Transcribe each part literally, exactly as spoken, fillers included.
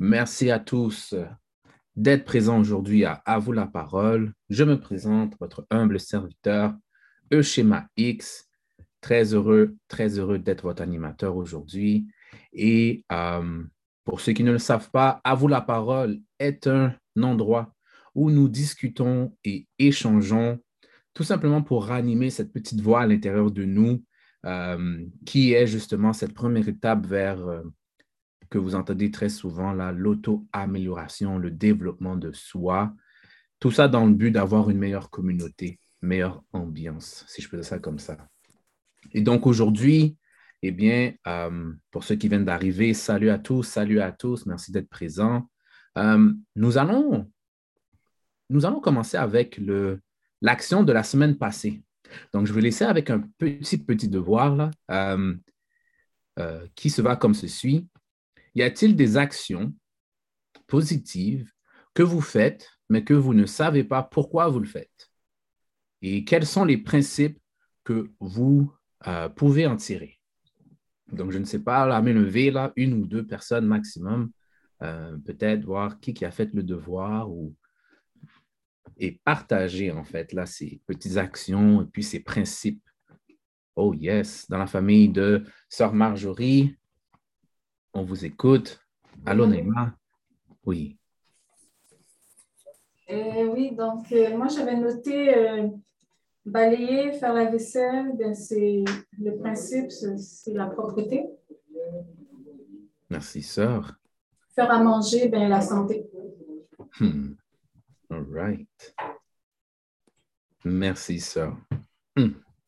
Merci à tous d'être présents aujourd'hui à À vous la parole. Je me présente, votre humble serviteur, Euschema X. Très heureux, très heureux d'être votre animateur aujourd'hui. Et euh, pour ceux qui ne le savent pas, À vous la parole est un endroit où nous discutons et échangeons tout simplement pour ranimer cette petite voix à l'intérieur de nous euh, qui est justement cette première étape vers euh, que vous entendez très souvent, là, l'auto-amélioration, le développement de soi. Tout ça dans le but d'avoir une meilleure communauté, meilleure ambiance, si je peux dire ça comme ça. Et donc aujourd'hui, eh bien, euh, pour ceux qui viennent d'arriver, salut à tous, salut à tous, merci d'être présents. Euh, nous allons, nous allons commencer avec le, l'action de la semaine passée. Donc, je vais laisser avec un petit, petit devoir là, euh, euh, qui se va comme ceci. Y a-t-il des actions positives que vous faites, mais que vous ne savez pas pourquoi vous le faites? Et quels sont les principes que vous euh, pouvez en tirer? Donc, je ne sais pas, la main levée, là, une ou deux personnes maximum, euh, peut-être voir qui, qui a fait le devoir ou, et partager, en fait, là, ces petites actions et puis ces principes. Oh yes, dans la famille de Sœur Marjorie, on vous écoute. Allô, Neymar? Oui. Euh, oui, donc euh, moi j'avais noté euh, balayer, faire la vaisselle, ben, c'est le principe, c'est, c'est la propreté. Merci, sœur. Faire à manger, ben, la santé. Hmm. All right. Merci, sœur. Hmm.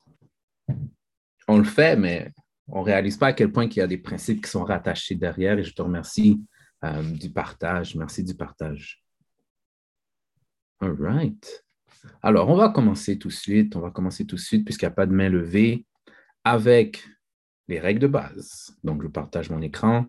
On le fait, mais on ne réalise pas à quel point il y a des principes qui sont rattachés derrière et je te remercie euh, du partage. Merci du partage. All right. Alors, on va commencer tout de suite. On va commencer tout de suite, puisqu'il n'y a pas de main levée, avec les règles de base. Donc, je partage mon écran.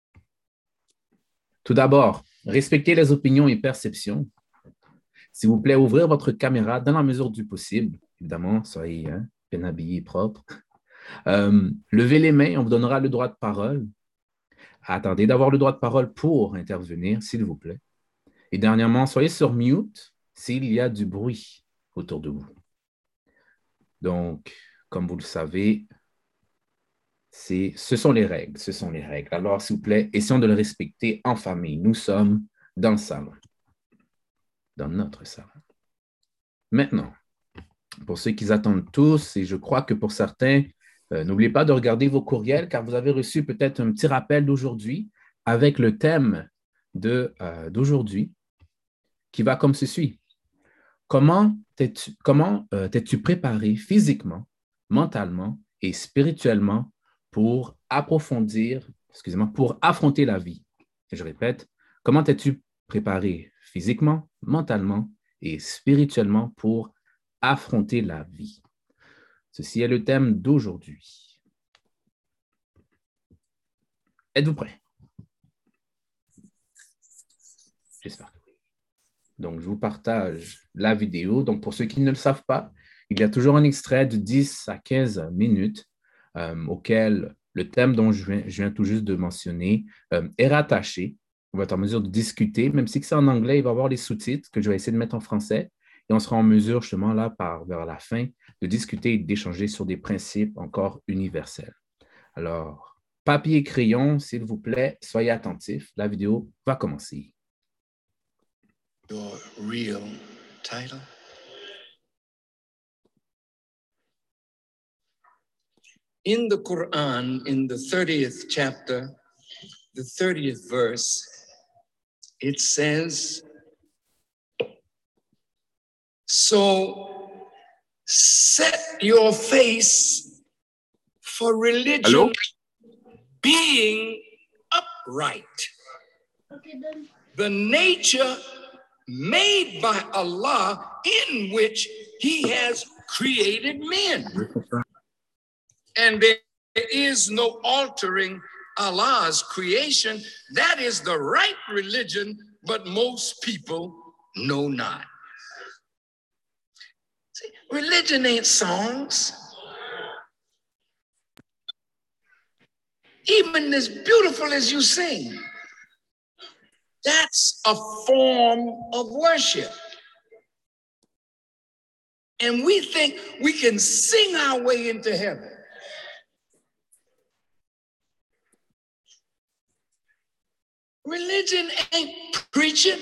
Tout d'abord, respectez les opinions et perceptions. S'il vous plaît, ouvrez votre caméra dans la mesure du possible. Évidemment, soyez hein, bien habillés et propres. Euh, levez les mains, on vous donnera le droit de parole. Attendez d'avoir le droit de parole pour intervenir, s'il vous plaît. Et dernièrement, soyez sur mute s'il y a du bruit autour de vous. Donc, comme vous le savez, c'est, ce sont les règles, ce sont les règles. Alors, s'il vous plaît, essayons de le respecter en famille. Nous sommes dans le salon, dans notre salon. Maintenant, pour ceux qui attendent tous, et je crois que pour certains, euh, n'oubliez pas de regarder vos courriels car vous avez reçu peut-être un petit rappel d'aujourd'hui avec le thème de, euh, d'aujourd'hui qui va comme ceci. Comment t'es-tu, comment, euh, t'es-tu préparé physiquement, mentalement et spirituellement pour approfondir, excusez-moi, pour affronter la vie? Et je répète, comment t'es-tu préparé physiquement, mentalement et spirituellement pour affronter la vie? Ceci est le thème d'aujourd'hui. Êtes-vous prêts? J'espère que oui. Donc, je vous partage la vidéo. Donc, pour ceux qui ne le savent pas, il y a toujours un extrait de dix à quinze minutes euh, auquel le thème dont je viens, je viens tout juste de mentionner euh, est rattaché. On va être en mesure de discuter, même si c'est en anglais, il va y avoir les sous-titres que je vais essayer de mettre en français. Et on sera en mesure, justement, là, par, vers la fin, de discuter et d'échanger sur des principes encore universels. Alors, papier et crayon, s'il vous plaît, soyez attentifs. La vidéo va commencer. Your real title? In the Quran, in the thirtieth chapter, the thirtieth verse, it says, so set your face for religion Hello? Being upright. Okay, then. The nature made by Allah in which he has created men. And there is no altering Allah's creation. That is the right religion, but most people know not. See, religion ain't songs. Even as beautiful as you sing, That's a form of worship. And we think we can sing our way into heaven. Religion ain't preaching.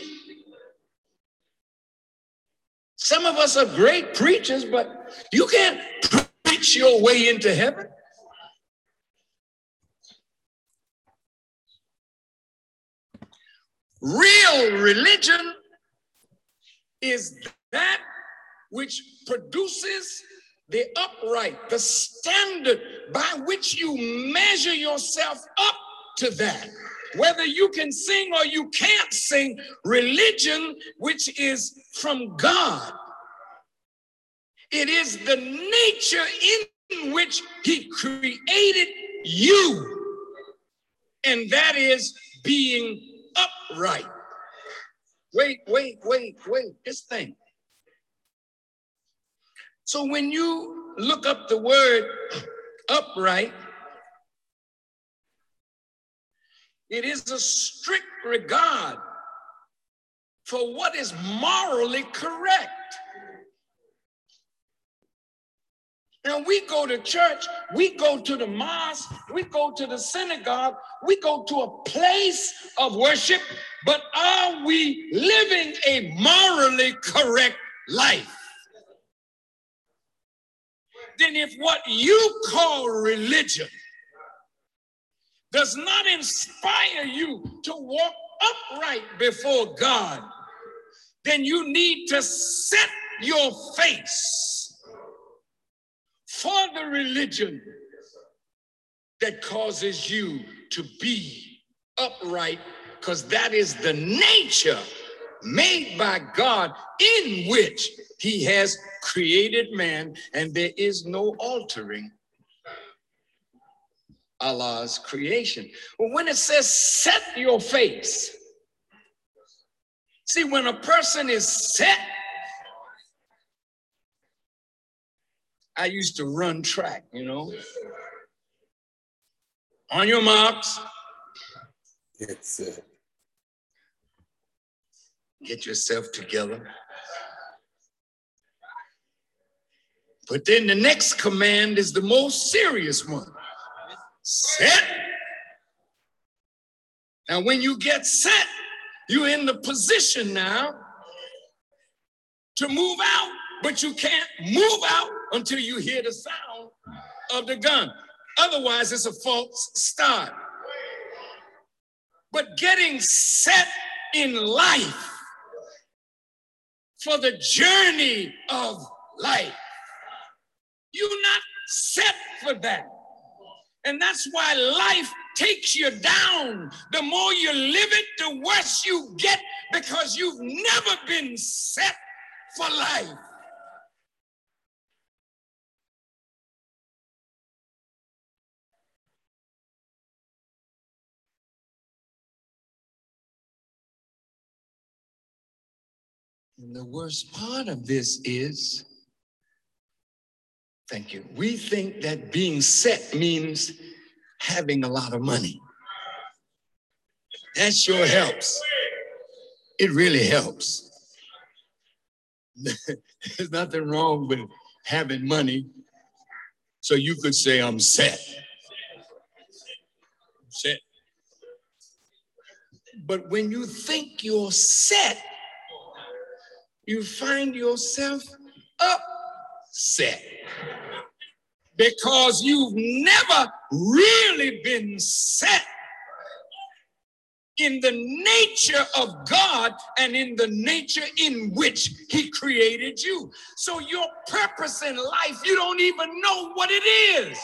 Some of us are great preachers, but you can't preach your way into heaven. Real religion is that which produces the upright, the standard by which you measure yourself up to that. Whether you can sing or you can't sing, religion, which is from God, it is the nature in which he created you, and that is being upright. Wait, wait, wait, wait, this thing. So when you look up the word upright, it is a strict regard for what is morally correct. Now we go to church, we go to the mosque, we go to the synagogue, we go to a place of worship, but are we living a morally correct life? Then if what you call religion does not inspire you to walk upright before God, then you need to set your face for the religion that causes you to be upright, because that is the nature made by God in which he has created man, and there is no altering Allah's creation. But when it says set your face, see, when a person is set, I used to run track, you know. On your marks. It's it. Get yourself together. But then the next command is the most serious one. Set. Now, when you get set, you're in the position now to move out, but you can't move out until you hear the sound of the gun. Otherwise, it's a false start. But getting set in life for the journey of life, you're not set for that. And that's why life takes you down. The more you live it, the worse you get, because you've never been set for life. And the worst part of this is, thank you, we think that being set means having a lot of money. That sure helps. It really helps. There's nothing wrong with having money, so you could say, I'm set. Set. But when you think you're set, you find yourself upset, because you've never really been set in the nature of God and in the nature in which he created you. So your purpose in life, you don't even know what it is.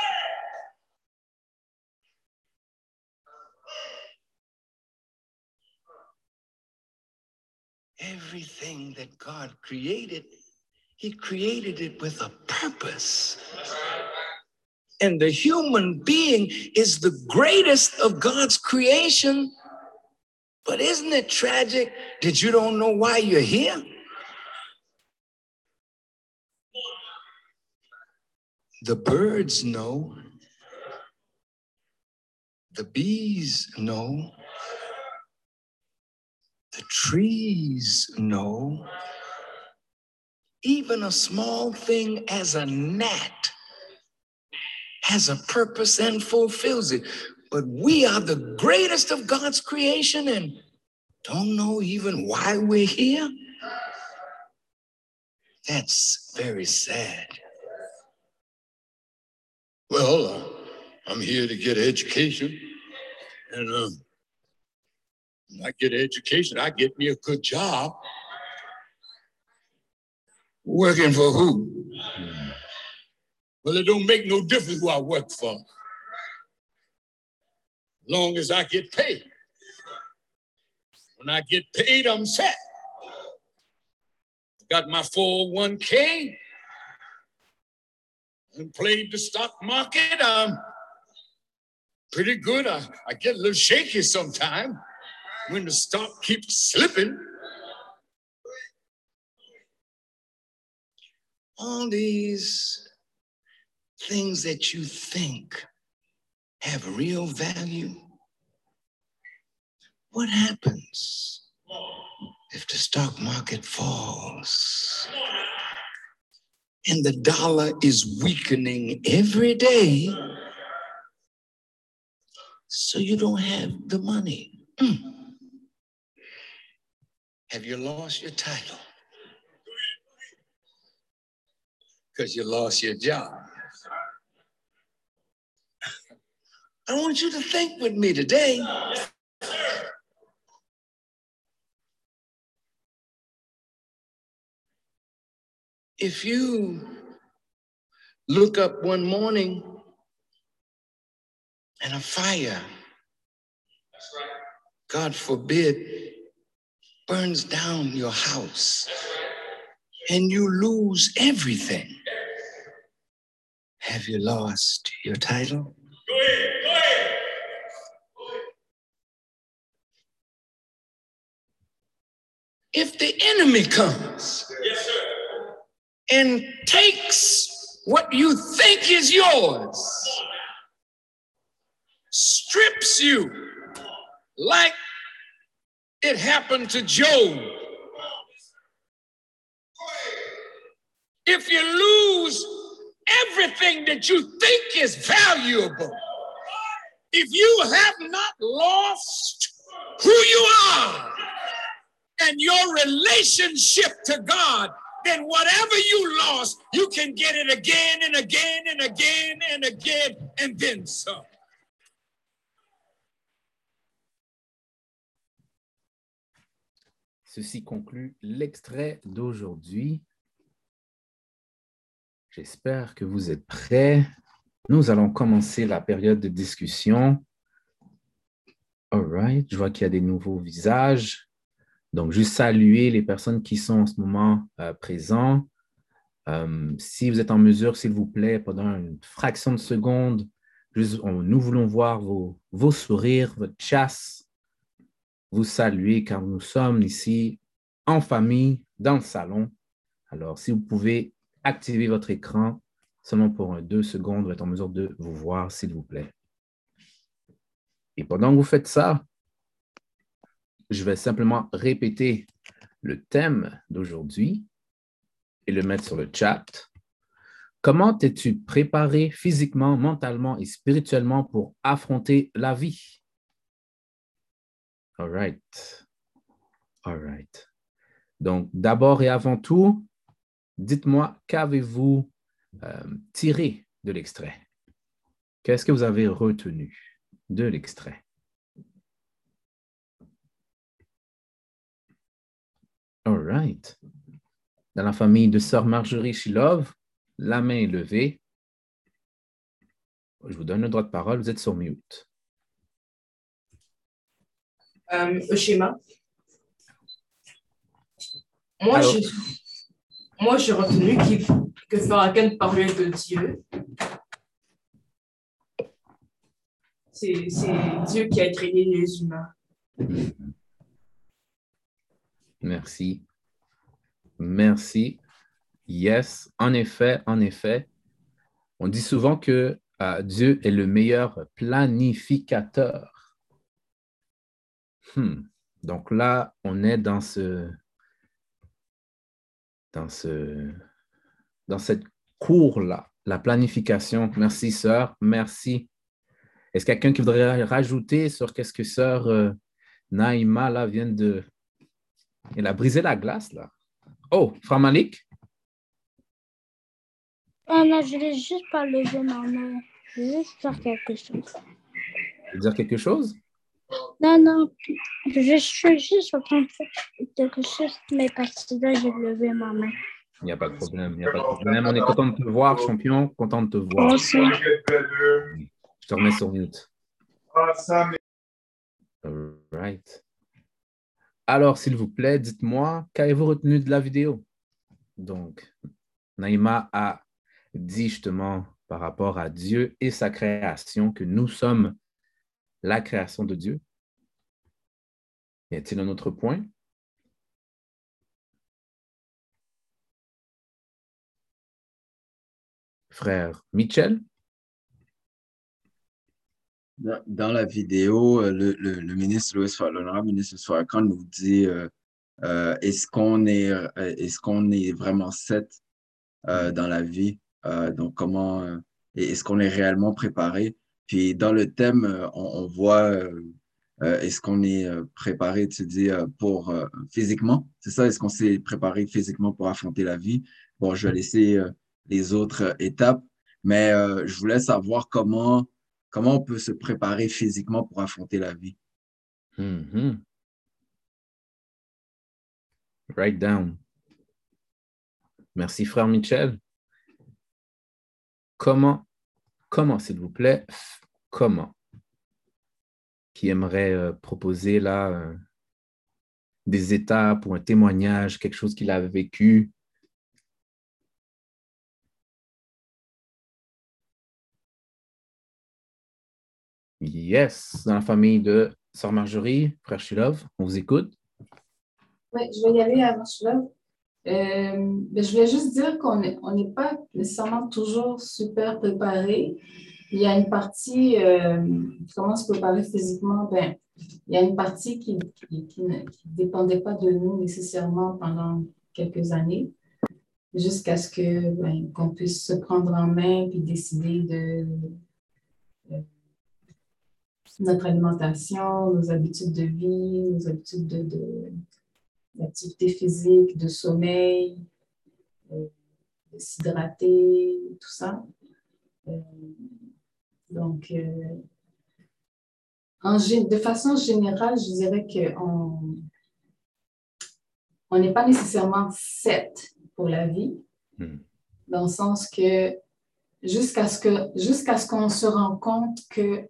Everything that God created, he created it with a purpose. And the human being is the greatest of God's creation. But isn't it tragic that you don't know why you're here? The birds know. The bees know. The trees know. Even a small thing as a gnat has a purpose and fulfills it. But we are the greatest of God's creation and don't know even why we're here. That's very sad. Well, uh, I'm here to get education. And uh, when I get education, I get me a good job. Working for who? Well, it don't make no difference who I work for. As long as I get paid. When I get paid, I'm set. Got my four oh one k and played the stock market. I'm pretty good. I, I get a little shaky sometimes when the stock keeps slipping. All these things that you think have real value. What happens if the stock market falls and the dollar is weakening every day so you don't have the money? Mm. Have you lost your title? Because you lost your job. I want you to think with me today. If you look up one morning and a fire, God forbid, burns down your house and you lose everything, have you lost your title? Go ahead, go ahead. If the enemy comes Yes, sir. and takes what you think is yours, strips you like it happened to Job. If you lose everything that you think is valuable, if you have not lost who you are and your relationship to God, then whatever you lost, you can get it again and again and again and again and then some. Ceci conclut l'extrait d'aujourd'hui. J'espère que vous êtes prêts. Nous allons commencer la période de discussion. All right, je vois qu'il y a des nouveaux visages. Donc, juste saluer les personnes qui sont en ce moment euh, présents. Euh, si vous êtes en mesure, s'il vous plaît, pendant une fraction de seconde, juste, on, nous voulons voir vos, vos sourires, votre chasse, vous saluer car nous sommes ici en famille, dans le salon. Alors, si vous pouvez activer votre écran seulement pour deux secondes, vous êtes en mesure de vous voir, s'il vous plaît. Et pendant que vous faites ça, je vais simplement répéter le thème d'aujourd'hui et le mettre sur le chat. Comment t'es-tu préparé physiquement, mentalement et spirituellement pour affronter la vie? All right. All right. Donc, d'abord et avant tout, dites-moi, qu'avez-vous euh, tiré de l'extrait? Qu'est-ce que vous avez retenu de l'extrait? All right. Dans la famille de Sœur Marjorie Shilov, la main est levée. Je vous donne le droit de parole, vous êtes sur mute. Euh, au schéma. Moi, Alors, j'ai, moi, j'ai retenu qu'il, que Farrakhan parlait de Dieu. C'est, c'est Dieu qui a créé les humains. Merci. Merci. Yes, en effet, en effet. On dit souvent que euh, Dieu est le meilleur planificateur. Hmm. Donc là, on est dans ce, dans ce, dans cette cour-là, la planification. Merci, sœur. Merci. Est-ce quelqu'un qui voudrait rajouter sur qu'est-ce que sœur euh, Naïma là, vient de... Elle a brisé la glace, là. Oh, Frère Malik? Ah non, je voulais juste pas lever ma main. Je voulais juste faire quelque chose. Tu veux dire quelque chose? Non, non, je, je suis juste en train de faire quelque chose, mais parce que là, j'ai levé ma main. Il n'y a pas de problème, il n'y a pas de problème. On est content de te voir, champion. Content de te voir. Moi aussi. Je te remets sur mute. All right. Alors, s'il vous plaît, dites-moi, qu'avez-vous retenu de la vidéo? Donc, Naïma a dit justement par rapport à Dieu et sa création que nous sommes la création de Dieu. Y a-t-il un autre point? Frère Mitchell? Dans dans la vidéo, euh, le, le, le ministre Louis Farrakhan, l'honorable ministre Louis Farrakhan nous dit euh, euh, est-ce qu'on est, euh, est-ce qu'on est vraiment sept euh, dans la vie? Euh, donc, comment euh, et est-ce qu'on est réellement préparé? Puis, dans le thème, euh, on, on voit euh, euh, est-ce qu'on est euh, préparé, tu dis, euh, pour euh, physiquement? C'est ça, est-ce qu'on s'est préparé physiquement pour affronter la vie? Bon, je vais laisser euh, les autres euh, étapes, mais euh, je voulais savoir comment, comment on peut se préparer physiquement pour affronter la vie. Mm-hmm. Write down. Merci, frère Mitchell. Comment, comment, s'il vous plaît, comment? Qui aimerait euh, proposer là euh, des étapes ou un témoignage, quelque chose qu'il a vécu? Yes, dans la famille de Sœur Marjorie, frère Shilov, on vous écoute. Oui, je vais y aller avant cela. Euh, ben, je voulais juste dire qu'on n'est on n'est pas nécessairement toujours super préparé. Il y a une partie, euh, comment se préparer physiquement? Ben, il y a une partie qui qui, qui ne qui dépendait pas de nous nécessairement pendant quelques années, jusqu'à ce que, ben, qu'on puisse se prendre en main puis décider de euh, notre alimentation, nos habitudes de vie, nos habitudes de, de, d'activité physique, de sommeil, euh, de s'hydrater, tout ça. Euh, donc, euh, en, de façon générale, je dirais qu'on on n'est pas nécessairement fait pour la vie, mm. dans le sens que jusqu'à ce que jusqu'à ce qu'on se rende compte que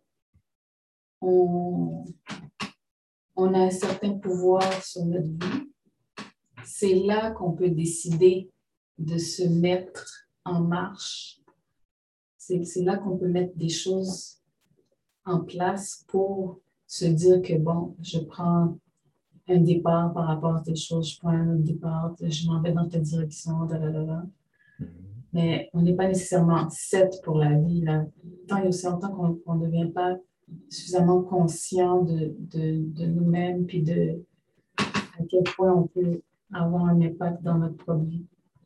on, on a un certain pouvoir sur notre vie, c'est là qu'on peut décider de se mettre en marche. C'est, c'est là qu'on peut mettre des choses en place pour se dire que, bon, je prends un départ par rapport à telle chose, je prends un autre départ, je m'en vais dans telle direction, da, mais on n'est pas nécessairement set pour la vie. Là. Tant et aussi longtemps qu'on ne devient pas suffisamment conscient de, de, de nous-mêmes puis de à quel point on peut avoir un impact dans notre propre vie.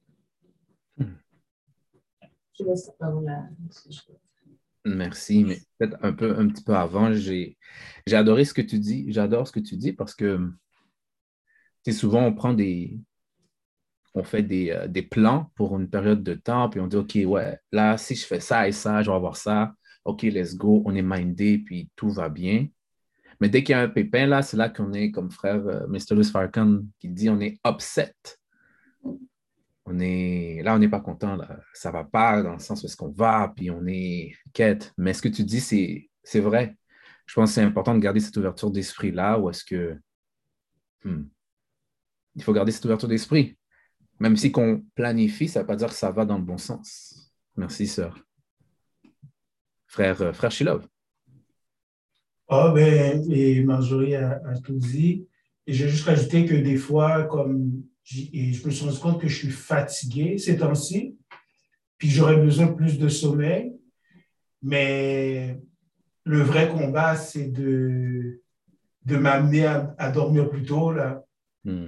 Je laisse la parole à M. Schwartz. Merci, mais peut-être un peu, un petit peu avant, j'ai, j'ai adoré ce que tu dis. J'adore ce que tu dis parce que souvent on prend des, on fait des, euh, des plans pour une période de temps, puis on dit, OK, ouais, là, si je fais ça et ça, je vais avoir ça. OK, let's go, on est mindé, puis tout va bien. Mais dès qu'il y a un pépin, là, c'est là qu'on est, comme frère euh, mister Louis Farrakhan qui dit, on est upset. On est, là, on n'est pas content, là. Ça ne va pas dans le sens où est-ce qu'on va, puis on est quête. Mais ce que tu dis, c'est, c'est vrai. Je pense que c'est important de garder cette ouverture d'esprit-là, ou est-ce que... Hmm, il faut garder cette ouverture d'esprit. Même si qu'on planifie, ça ne veut pas dire que ça va dans le bon sens. Merci, sœur. Frère, euh, frère Shilov. Ah, ben, et Marjorie a, a tout dit. Et j'ai juste rajouté que des fois, comme et je me suis rendu compte que je suis fatigué ces temps-ci, puis j'aurais besoin plus de sommeil. Mais le vrai combat, c'est de, de m'amener à, à dormir plus tôt, là. Hmm.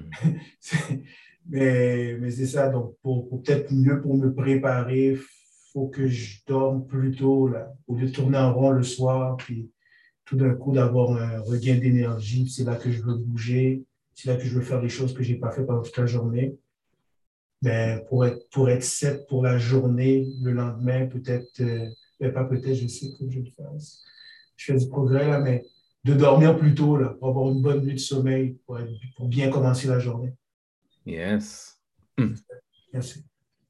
mais mais c'est ça, donc pour, pour peut-être mieux pour me préparer, il faut que je dorme plus tôt, là, au lieu de tourner en rond le soir, puis tout d'un coup d'avoir un regain d'énergie, c'est là que je veux bouger, c'est là que je veux faire des choses que je n'ai pas fait pendant toute la journée. Mais pour être, pour être set pour la journée, le lendemain, peut-être, euh, mais pas peut-être, je sais que je le fasse. Je fais du progrès là, mais de dormir plus tôt, là, pour avoir une bonne nuit de sommeil, pour, être- pour bien commencer la journée. Yes. Hmm. Merci.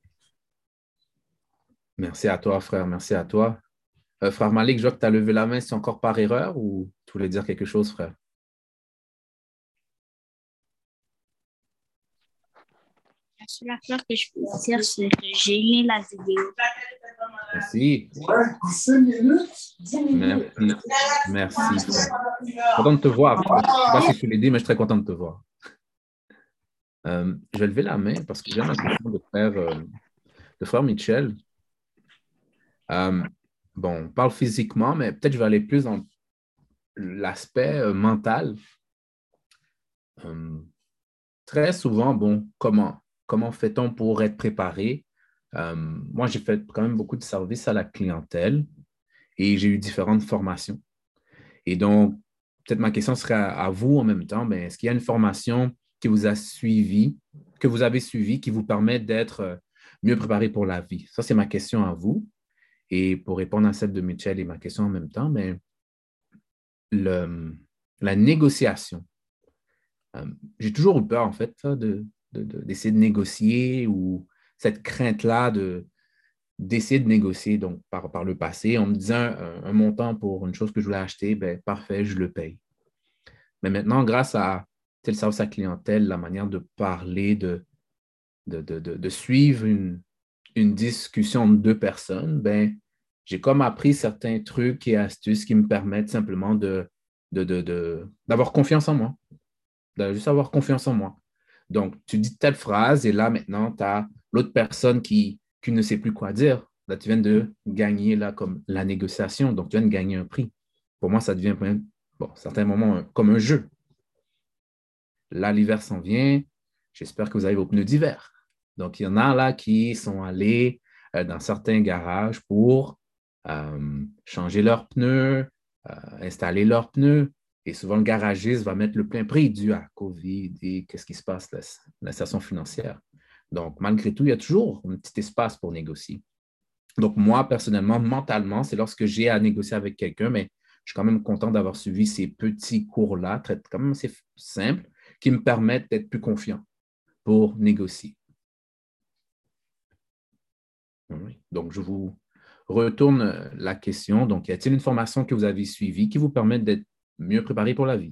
Merci à toi, frère. Merci à toi. Euh, frère Malik, je vois que tu as levé la main. C'est encore par erreur ou tu voulais dire quelque chose, frère? La seule affaire que je peux dire, c'est que j'ai aimé la vidéo. Merci. Ouais, dix minutes. dix minutes. Merci. Merci, frère. Content de te voir. Je ne sais pas si je te l'ai dit, mais je suis très content de te voir. Euh, je vais lever la main parce que j'ai ma question de frère, euh, de frère Mitchell. Euh, bon, on parle physiquement, mais peut-être je vais aller plus dans l'aspect euh, mental. Euh, très souvent, bon, comment, comment fait-on pour être préparé? Euh, moi, j'ai fait quand même beaucoup de services à la clientèle et j'ai eu différentes formations. Et donc, peut-être ma question serait à, à vous en même temps, mais est-ce qu'il y a une formation qui vous a suivi, que vous avez suivi, qui vous permet d'être euh, mieux préparé pour la vie? Ça, c'est ma question à vous. Et pour répondre à celle de Mitchell et ma question en même temps, mais le, la négociation. Euh, j'ai toujours eu peur, en fait, ça, de, de, de, d'essayer de négocier ou cette crainte-là de, d'essayer de négocier. Donc, par, par le passé, en me disant un, un montant pour une chose que je voulais acheter, ben, parfait, je le paye. Mais maintenant, grâce à le service à clientèle, la manière de parler, de, de, de, de, de suivre une, une discussion de deux personnes, ben, j'ai comme appris certains trucs et astuces qui me permettent simplement de, de, de, de, d'avoir confiance en moi, de juste avoir confiance en moi. Donc, tu dis telle phrase et là, maintenant, tu as l'autre personne qui, qui ne sait plus quoi dire. Là, tu viens de gagner là, comme la négociation, donc tu viens de gagner un prix. Pour moi, ça devient, bon, à certains moments, comme un jeu. Là, l'hiver s'en vient. J'espère que vous avez vos pneus d'hiver. Donc, il y en a là qui sont allés euh, dans certains garages pour euh, changer leurs pneus, euh, installer leurs pneus. Et souvent, le garagiste va mettre le plein prix dû à COVID et qu'est-ce qui se passe, la, la situation financière. Donc, malgré tout, il y a toujours un petit espace pour négocier. Donc, moi, personnellement, mentalement, c'est lorsque j'ai à négocier avec quelqu'un, mais je suis quand même content d'avoir suivi ces petits cours-là, très, quand même assez simples, qui me permettent d'être plus confiant pour négocier. Oui. Donc, je vous retourne la question. Donc, y a-t-il une formation que vous avez suivie qui vous permet d'être mieux préparé pour la vie?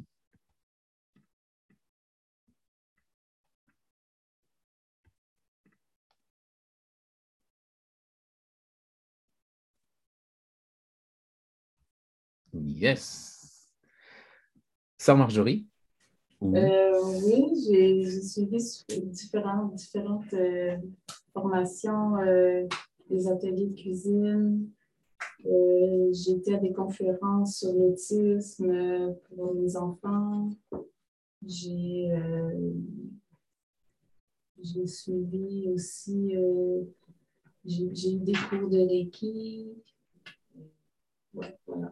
Yes. Sœur Marjorie? Oui, euh, oui j'ai, j'ai suivi différentes, différentes euh, formations, euh, des ateliers de cuisine. Euh, j'ai été à des conférences sur l'autisme pour les enfants. J'ai, euh, j'ai suivi aussi, euh, j'ai, j'ai eu des cours de Reiki. Ouais, voilà.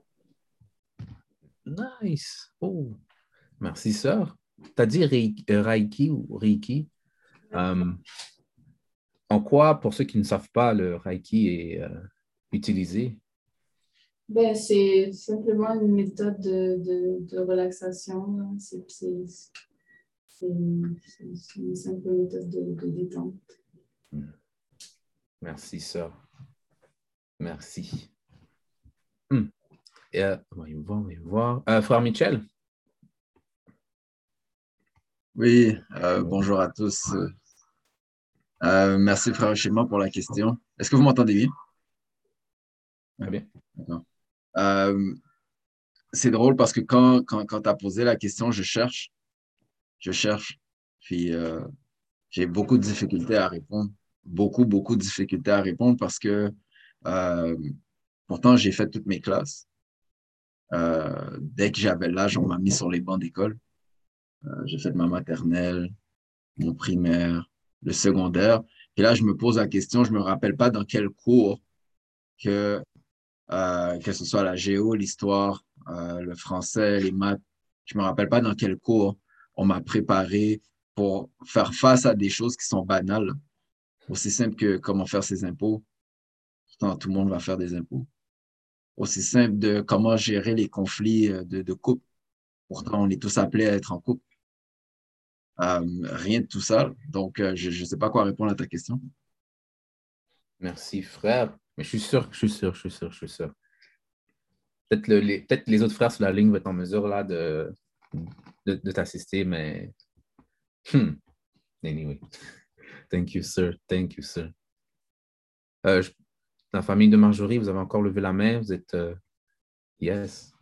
Nice. Oh, merci, sœur. Tu as dit Reiki, Reiki ou Reiki? Um, en quoi, pour ceux qui ne savent pas, le Reiki est euh, utilisé? Ben, c'est simplement une méthode de, de, de relaxation. C'est, c'est, c'est, c'est une simple méthode de, de détente. Merci, sœur. Merci. Hmm. Et, euh, on va y voir, on va y voir. Euh, frère Mitchell? Oui, euh, bonjour à tous. Euh, merci, frère Shema, pour la question. Est-ce que vous m'entendez bien? Très bien. D'accord. Euh, c'est drôle parce que quand, quand, quand tu as posé la question, je cherche, je cherche, puis euh, j'ai beaucoup de difficultés à répondre. Beaucoup, beaucoup de difficultés à répondre parce que euh, pourtant, j'ai fait toutes mes classes. Euh, dès que j'avais l'âge, on m'a mis sur les bancs d'école. Euh, j'ai fait ma maternelle, mon primaire, le secondaire. Et là, je me pose la question, je ne me rappelle pas dans quel cours que, euh, que ce soit la géo, l'histoire, euh, le français, les maths, je ne me rappelle pas dans quel cours on m'a préparé pour faire face à des choses qui sont banales, aussi simple que comment faire ses impôts. Pourtant, tout le monde va faire des impôts. Aussi simple de comment gérer les conflits euh, de, de couple. Pourtant, on est tous appelés à être en couple. Euh, rien de tout ça. Donc, euh, je ne sais pas quoi répondre à ta question. Merci, frère. Mais je suis sûr, je suis sûr, je suis sûr, je suis sûr. Peut-être le, les, peut-être les autres frères sur la ligne vont être en mesure là, de, de, de t'assister, mais hmm. Anyway. Thank you, sir. Thank you, sir. Euh, je- la famille de Marjorie, vous avez encore levé la main. Vous êtes euh, yes.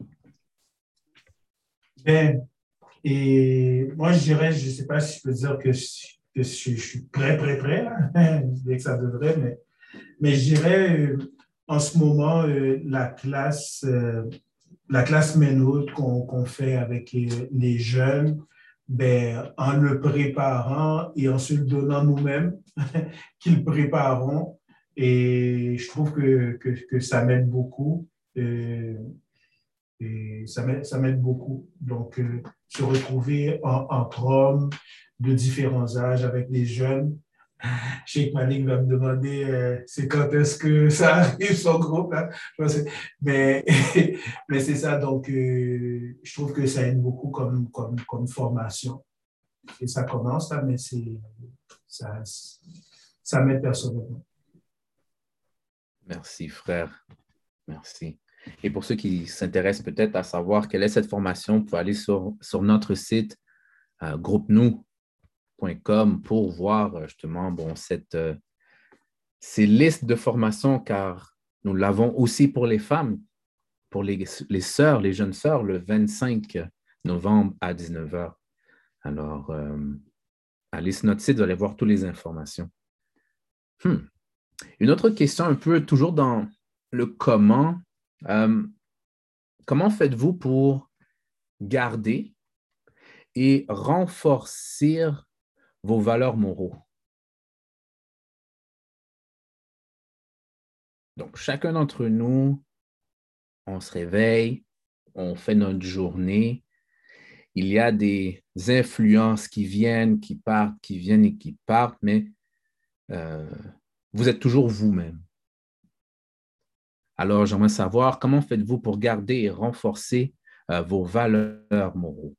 Ben, et moi, je dirais, je ne sais pas si je peux dire que je, que je, je suis prêt, prêt, prêt, là. Dès que ça devrait, mais, mais je dirais, euh, en ce moment, euh, la classe, euh, la classe Ménode qu'on qu'on fait avec euh, les jeunes, ben, en le préparant et en se le donnant nous-mêmes, qu'ils prépareront. Et je trouve que, que, que ça m'aide beaucoup. Euh, et ça m'aide, ça m'aide beaucoup. Donc, euh, se retrouver en- entre hommes de différents âges avec des jeunes. Sheikh Malik va me demander euh, c'est quand est-ce que ça arrive, son groupe. Là. Mais, mais c'est ça, donc euh, je trouve que ça aide beaucoup comme, comme, comme formation. Et ça commence, là, mais c'est, ça, ça m'aide personnellement. Merci, frère. Merci. Et pour ceux qui s'intéressent peut-être à savoir quelle est cette formation, vous pouvez aller sur, sur notre site euh, groupe nous point com pour voir euh, justement bon, cette, euh, ces listes de formations, car nous l'avons aussi pour les femmes, pour les, les sœurs, les jeunes sœurs, le vingt-cinq novembre à dix-neuf heures. Alors, euh, allez sur notre site, vous allez voir toutes les informations. Hmm. Une autre question, un peu toujours dans le comment. Euh, comment faites-vous pour garder et renforcer vos valeurs moraux? Donc, chacun d'entre nous, on se réveille, on fait notre journée. Il y a des influences qui viennent, qui partent, qui viennent et qui partent, mais euh, vous êtes toujours vous-même. Alors, j'aimerais savoir comment faites-vous pour garder et renforcer euh, vos valeurs moraux?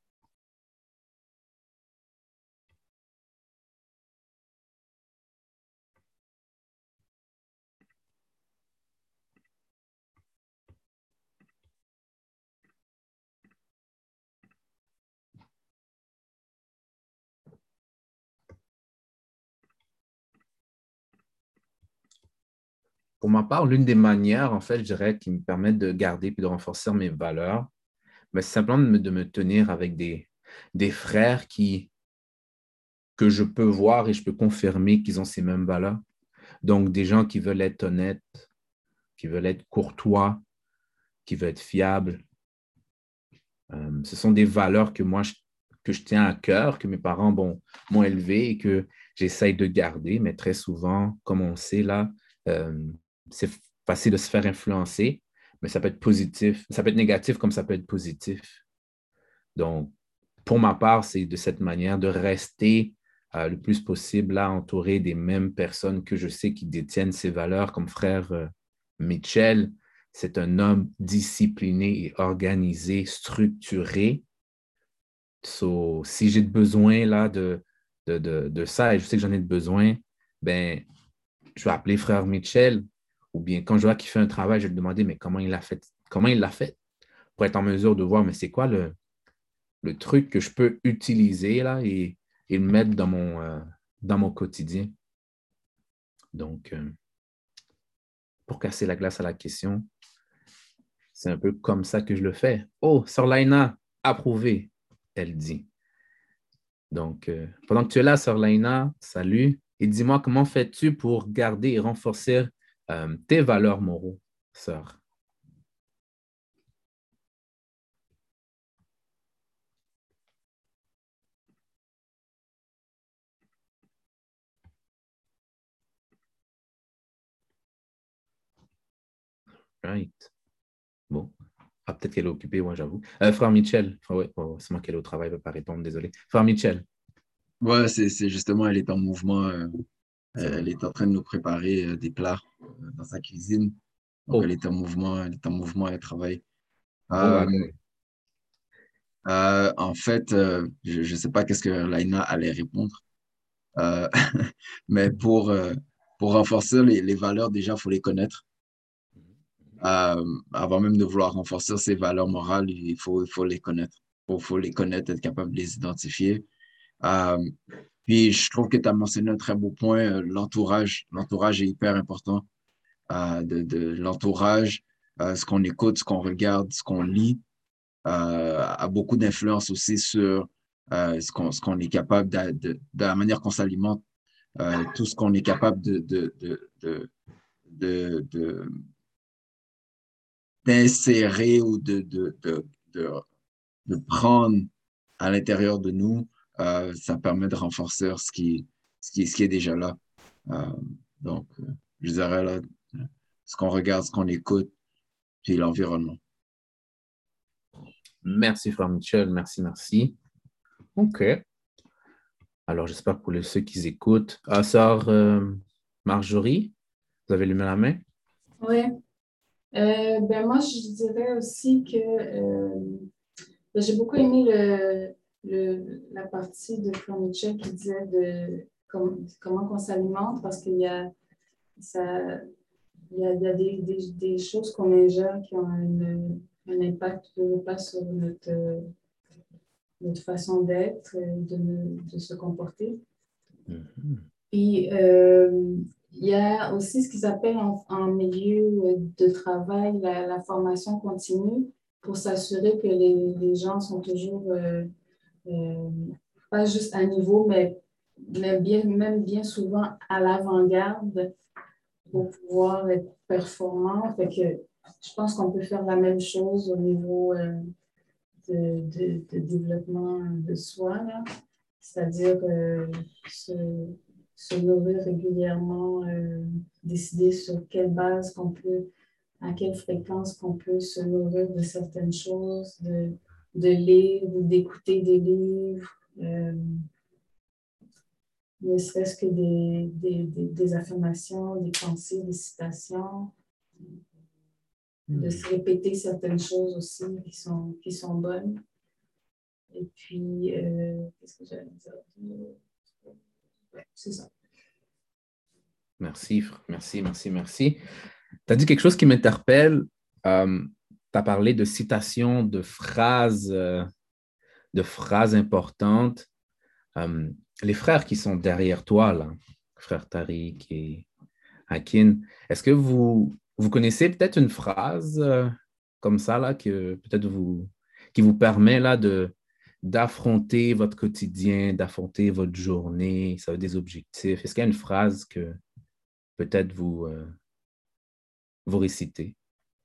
Pour ma part, l'une des manières, en fait, je dirais, qui me permettent de garder et de renforcer mes valeurs, ben, c'est simplement de me, de me tenir avec des, des frères qui, que je peux voir et je peux confirmer qu'ils ont ces mêmes valeurs. Donc, des gens qui veulent être honnêtes, qui veulent être courtois, qui veulent être fiables. Euh, ce sont des valeurs que moi, je, que je tiens à cœur, que mes parents bon, m'ont élevé et que j'essaye de garder, mais très souvent, comme on sait là, euh, c'est facile de se faire influencer, mais ça peut être positif, ça peut être négatif comme ça peut être positif. Donc, pour ma part, c'est de cette manière de rester euh, le plus possible là, entouré des mêmes personnes que je sais qui détiennent ces valeurs, comme frère euh, Mitchell. C'est un homme discipliné et organisé, structuré. So, si j'ai besoin là, de, de, de, de ça et je sais que j'en ai besoin, ben, je vais appeler frère Mitchell ou bien quand je vois qu'il fait un travail, je vais lui demander mais comment il l'a fait, comment il l'a fait pour être en mesure de voir mais c'est quoi le, le truc que je peux utiliser là et, et le mettre dans mon, euh, dans mon quotidien. Donc, euh, pour casser la glace à la question, c'est un peu comme ça que je le fais. Oh, Sœur Laina, approuvé, elle dit. Donc, euh, pendant que tu es là, Sœur Laina, salut. Et dis-moi, comment fais-tu pour garder et renforcer euh, tes valeurs moraux, sœur? Right. Bon. Ah, peut-être qu'elle est occupée, moi, j'avoue. Euh, Frère Michel. Enfin, ouais, oh, c'est moi qui est au travail, elle ne peut pas répondre, désolé. Frère Michel. Ouais, c'est c'est justement, elle est en mouvement. euh, C'est elle bon. est en train de nous préparer euh, des plats euh, dans sa cuisine. Donc, Oh, elle est en mouvement, elle est en mouvement, elle travaille. bon Euh, bagage. euh, en fait, euh, je ne sais pas qu'est-ce que Laina allait répondre, euh, mais pour, euh, pour renforcer les, les valeurs, déjà, il faut les connaître. Euh, avant même de vouloir renforcer ces valeurs morales, il faut, il faut les connaître. Il faut, faut les connaître, être capable de les identifier. Euh, puis, je trouve que tu as mentionné un très beau point, euh, l'entourage. L'entourage est hyper important. Euh, de, de l'entourage, euh, ce qu'on écoute, ce qu'on regarde, ce qu'on lit, euh, a beaucoup d'influence aussi sur euh, ce qu'on ce qu'on est capable de, de, de la manière qu'on s'alimente, euh, tout ce qu'on est capable de, de, de, de, de, de- d'insérer ou de, de, de, de, de prendre à l'intérieur de nous, euh, ça permet de renforcer ce qui, ce qui, ce qui est déjà là. Euh, donc, euh, je dirais là, ce qu'on regarde, ce qu'on écoute, puis l'environnement. Merci, Frère Michel. Merci, merci. OK. Alors, j'espère pour les, ceux qui écoutent. Ah, sœur euh, Marjorie, vous avez levé la main? Oui. Euh, ben moi, je dirais aussi que euh, ben, j'ai beaucoup aimé le, le, la partie de Furniture qui disait de com- comment on s'alimente parce qu'il y a, ça, il y a, il y a des, des, des choses qu'on ingère qui ont un, un impact pas sur notre, notre façon d'être, de, de se comporter. Mm-hmm. Puis, euh, il y a aussi ce qu'ils appellent en, en milieu de travail la, la formation continue pour s'assurer que les, les gens sont toujours euh, euh, pas juste à niveau, mais, mais bien, même bien souvent à l'avant-garde pour pouvoir être performant. Fait que je pense qu'on peut faire la même chose au niveau euh, de, de, de développement de soi, là. C'est-à-dire euh, se, se nourrir régulièrement, euh, décider sur quelle base qu'on peut, à quelle fréquence qu'on peut se nourrir de certaines choses, de, de lire ou d'écouter des livres, euh, ne serait-ce que des, des, des, des affirmations, des pensées, des citations, de se répéter certaines choses aussi qui sont, qui sont bonnes. Et puis, euh, qu'est-ce que j'allais dire? Ouais, c'est ça. Merci, merci, merci, merci. Tu as dit quelque chose qui m'interpelle. Euh, tu as parlé de citations, de phrases, euh, de phrases importantes. Euh, les frères qui sont derrière toi, là, frère Tariq et Hakin, est-ce que vous, vous connaissez peut-être une phrase euh, comme ça, là, que peut-être vous, qui vous permet là, de, d'affronter votre quotidien, d'affronter votre journée, ça a des objectifs? Est-ce qu'il y a une phrase que peut-être vous, euh, vous récitez?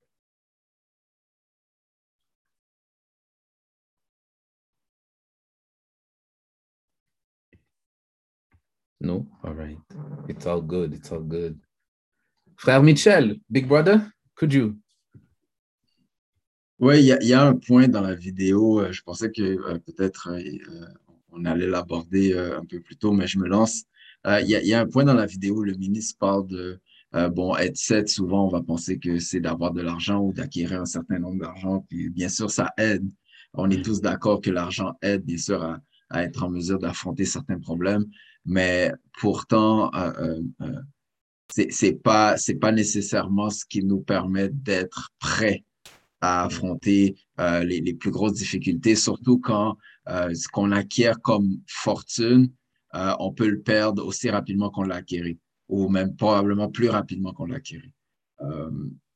No? All right. It's all good. It's all good. Frère Michel, Big Brother, could you? Oui, il y, a- il y a un point dans la vidéo, euh, je pensais que euh, peut-être euh, euh, on allait l'aborder euh, un peu plus tôt, mais je me lance. Euh, Il y a, il y a un point dans la vidéo où le ministre parle de, euh, bon, être set, souvent on va penser que c'est d'avoir de l'argent ou d'acquérir un certain nombre d'argent, puis bien sûr ça aide. On est Mm. tous d'accord que l'argent aide, bien sûr, à, à être en mesure d'affronter certains problèmes, mais pourtant, euh, euh, euh, c'est c'est pas, c'est pas nécessairement ce qui nous permet d'être prêts à affronter euh, les, les plus grosses difficultés, surtout quand euh, ce qu'on acquiert comme fortune, euh, on peut le perdre aussi rapidement qu'on l'a acquéri, ou même probablement plus rapidement qu'on l'a acquéri. Euh,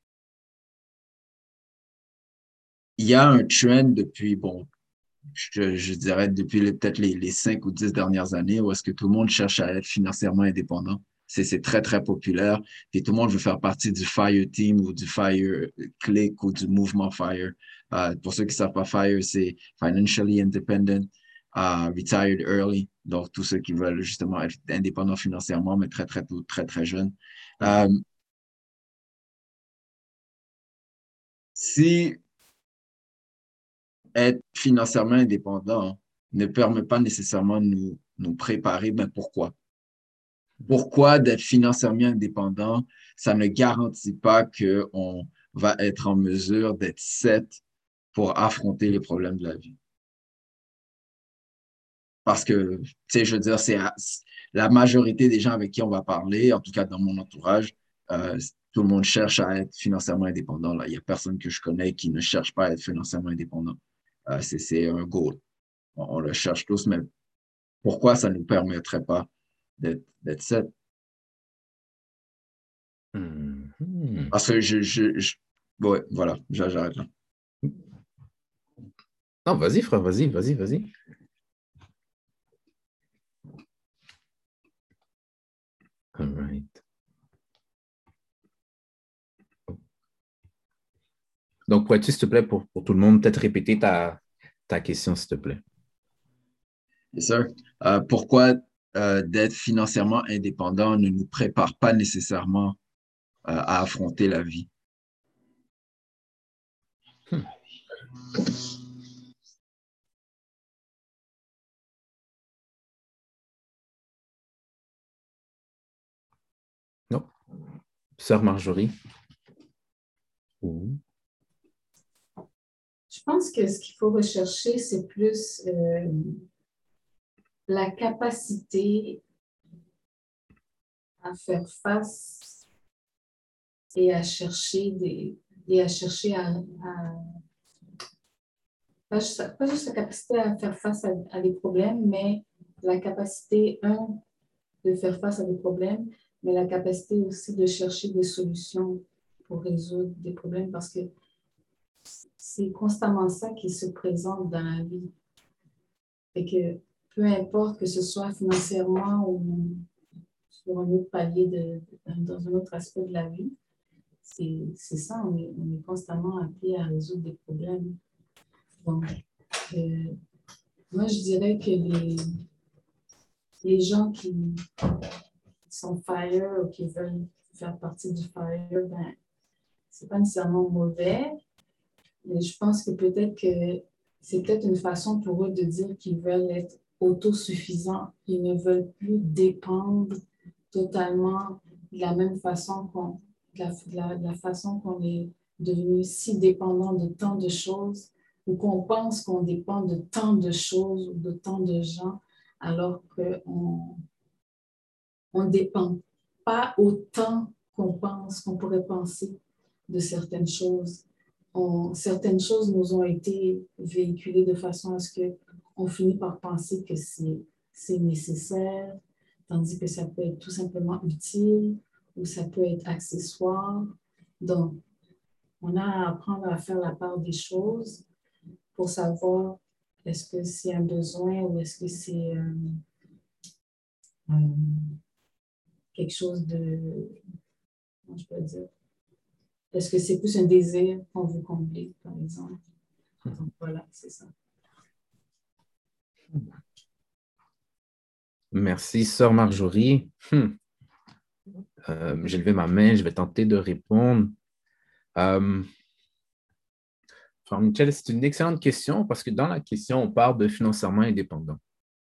il y a un trend depuis, bon, je, je dirais depuis les- peut-être les, les cinq ou dix dernières années où est-ce que tout le monde cherche à être financièrement indépendant. C'est, c'est très, très populaire. Et tout le monde veut faire partie du FIRE Team ou du FIRE Click ou du mouvement FIRE. Euh, pour ceux qui ne savent pas, FIRE, c'est Financially Independent, uh, Retired Early. Donc, tous ceux qui veulent justement être indépendants financièrement, mais très, très tôt, très, très jeunes. Mm. Euh, si être financièrement indépendant ne permet pas nécessairement de nous, nous préparer, ben pourquoi? Pourquoi d'être financièrement indépendant, ça ne garantit pas qu'on va être en mesure d'être set pour affronter les problèmes de la vie? Parce que, tu sais, je veux dire, c'est la majorité des gens avec qui on va parler, en tout cas dans mon entourage, euh, tout le monde cherche à être financièrement indépendant. Là. Il n'y a personne que je connais qui ne cherche pas à être financièrement indépendant. Euh, c'est un goal. On, on le cherche tous, mais pourquoi ça ne nous permettrait pas d'être set? Mm-hmm. Parce que je... je, je ouais, voilà, j'arrête là. Non, vas-y, frère, vas-y, vas-y, vas-y. All right. Donc, pourrais-tu, s'il te plaît, pour, pour tout le monde, peut-être répéter ta, ta question, s'il te plaît? Yes, sir. Euh, pourquoi euh, d'être financièrement indépendant ne nous prépare pas nécessairement euh, à affronter la vie? Hmm. Non. Sœur Marjorie? Mmh. Je pense que ce qu'il faut rechercher, c'est plus euh, la capacité à faire face et à chercher des et à chercher à, à pas, juste, pas juste la capacité à faire face à, à des problèmes, mais la capacité, un, de faire face à des problèmes, mais la capacité aussi de chercher des solutions pour résoudre des problèmes, parce que c'est constamment ça qui se présente dans la vie. Et que peu importe que ce soit financièrement ou sur un autre palier, de, dans un autre aspect de la vie, c'est ça, on est, on est constamment appelé à résoudre des problèmes. Donc, euh, moi, je dirais que les, les gens qui, qui sont fire ou qui veulent faire partie du fire, ben, c'est pas nécessairement mauvais, mais je pense que peut-être que c'est peut-être une façon pour eux de dire qu'ils veulent être autosuffisants. Ils ne veulent plus dépendre totalement de la même façon qu'on, de la, de la, de la façon qu'on est devenu si dépendant de tant de choses, ou qu'on pense qu'on dépend de tant de choses ou de tant de gens, alors qu'on on ne dépend pas autant qu'on pense, qu'on pourrait penser de certaines choses. On, certaines choses nous ont été véhiculées de façon à ce qu'on finit par penser que c'est nécessaire, tandis que ça peut être tout simplement utile ou ça peut être accessoire. Donc, on a à apprendre à faire la part des choses pour savoir est-ce que c'est un besoin ou est-ce que c'est euh, euh, quelque chose de, comment je peux dire, est-ce que c'est plus un désir qu'on veut combler, par exemple? Donc, voilà, c'est ça. Merci, Sœur Marjorie. Hmm. Euh, j'ai levé ma main, je vais tenter de répondre. Euh, Frère Michel, c'est une excellente question parce que dans la question, on parle de financièrement indépendant.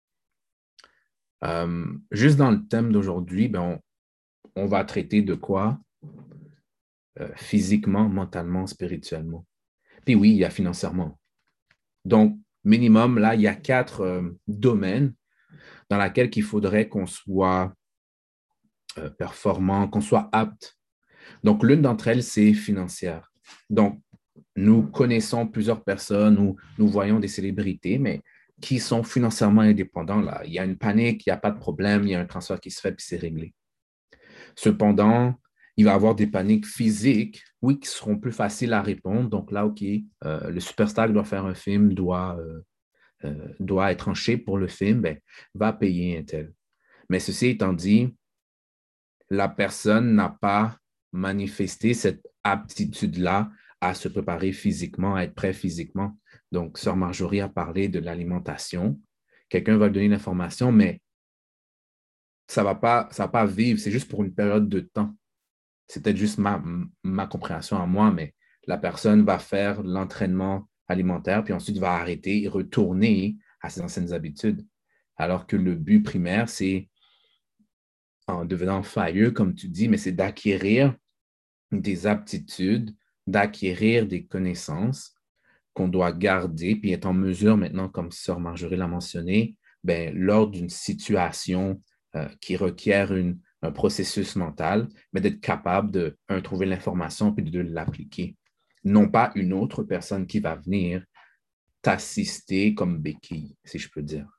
Euh, juste dans le thème d'aujourd'hui, ben on, on va traiter de quoi? Euh, physiquement, mentalement, spirituellement. Puis oui, il y a financièrement. Donc, minimum, là, il y a quatre euh, domaines dans lesquels il faudrait qu'on soit euh, performant, qu'on soit apte. Donc, l'une d'entre elles, c'est financière. Donc, nous connaissons plusieurs personnes ou nous voyons des célébrités, mais qui sont financièrement indépendants. Là. Il y a une panique, il n'y a pas de problème, il y a un transfert qui se fait, puis c'est réglé. Cependant, il va y avoir des paniques physiques, oui, qui seront plus faciles à répondre. Donc là, OK, euh, le superstar qui doit faire un film, doit, euh, euh, doit être en shape pour le film, ben, va payer un tel. Mais ceci étant dit, la personne n'a pas manifesté cette aptitude-là à se préparer physiquement, à être prêt physiquement. Donc, Sœur Marjorie a parlé de l'alimentation. Quelqu'un va donner l'information, mais ça ne va pas, ça va pas vivre. C'est juste pour une période de temps. C'est peut-être juste ma, ma compréhension à moi, mais la personne va faire l'entraînement alimentaire, puis ensuite va arrêter et retourner à ses anciennes habitudes. Alors que le but primaire, c'est, en devenant failleux, comme tu dis, mais c'est d'acquérir des aptitudes, d'acquérir des connaissances qu'on doit garder, puis être en mesure maintenant, comme Sœur Marjorie l'a mentionné, ben, lors d'une situation euh, qui requiert une, un processus mental, mais d'être capable de, un, trouver l'information puis de l'appliquer. Non pas une autre personne qui va venir t'assister comme béquille, si je peux dire.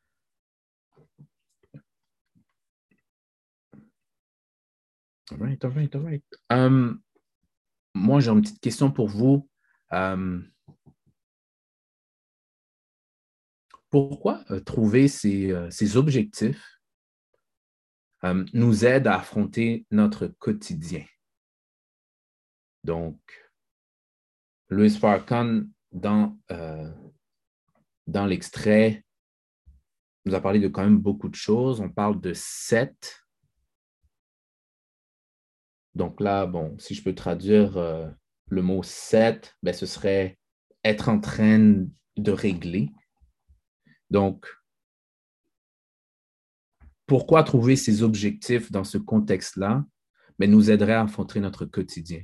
All right, all right, all right. Um, moi, j'ai une petite question pour vous. Um, pourquoi euh, trouver ces, euh, ces objectifs euh, nous aide à affronter notre quotidien? Donc, Louis Farrakhan, dans, euh, dans l'extrait, nous a parlé de quand même beaucoup de choses. On parle de sept. Donc là, bon, si je peux traduire euh, le mot sept, ben, ce serait être en train de régler. Donc, pourquoi trouver ces objectifs dans ce contexte-là ben, nous aiderait à affronter notre quotidien?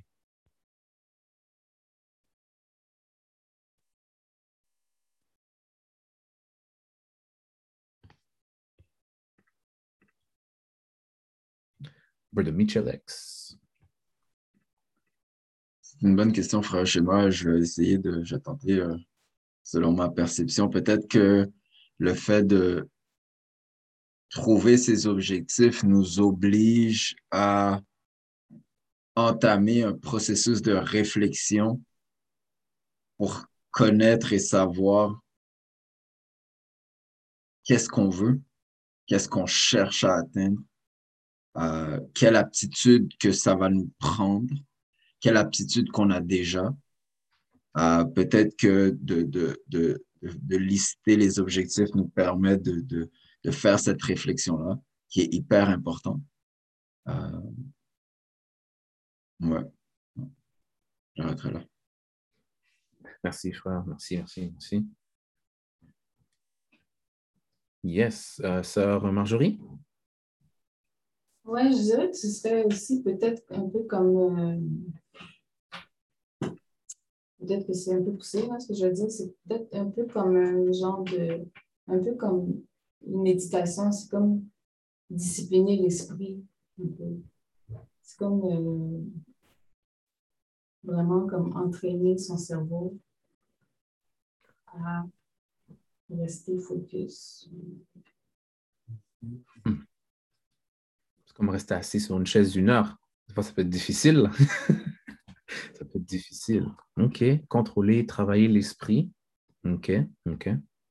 Brother Michelix. C'est une bonne question, frère. Chez moi, je vais essayer de, je vais tenter, euh, selon ma perception, peut-être que le fait de trouver ces objectifs nous oblige à entamer un processus de réflexion pour connaître et savoir qu'est-ce qu'on veut, qu'est-ce qu'on cherche à atteindre, euh, quelle aptitude que ça va nous prendre, quelle aptitude qu'on a déjà. Euh, peut-être que de, de, de, de lister les objectifs nous permet de, de, de faire cette réflexion-là, qui est hyper importante. Euh, ouais, j'arrêterai là. Merci, frère. Merci, merci, merci. Yes. Euh, Sœur Marjorie? Oui, je dirais que ce serait aussi peut-être un peu comme... Euh, peut-être que c'est un peu poussé, là, ce que je veux dire. C'est peut-être un peu comme un genre de... Un peu comme une méditation. C'est comme discipliner l'esprit. C'est comme... Euh, vraiment comme entraîner son cerveau à rester focus. Hmm. C'est comme rester assis sur une chaise d'une heure. Des fois, ça peut être difficile. Ça peut être difficile. OK. Contrôler, travailler l'esprit. OK. OK.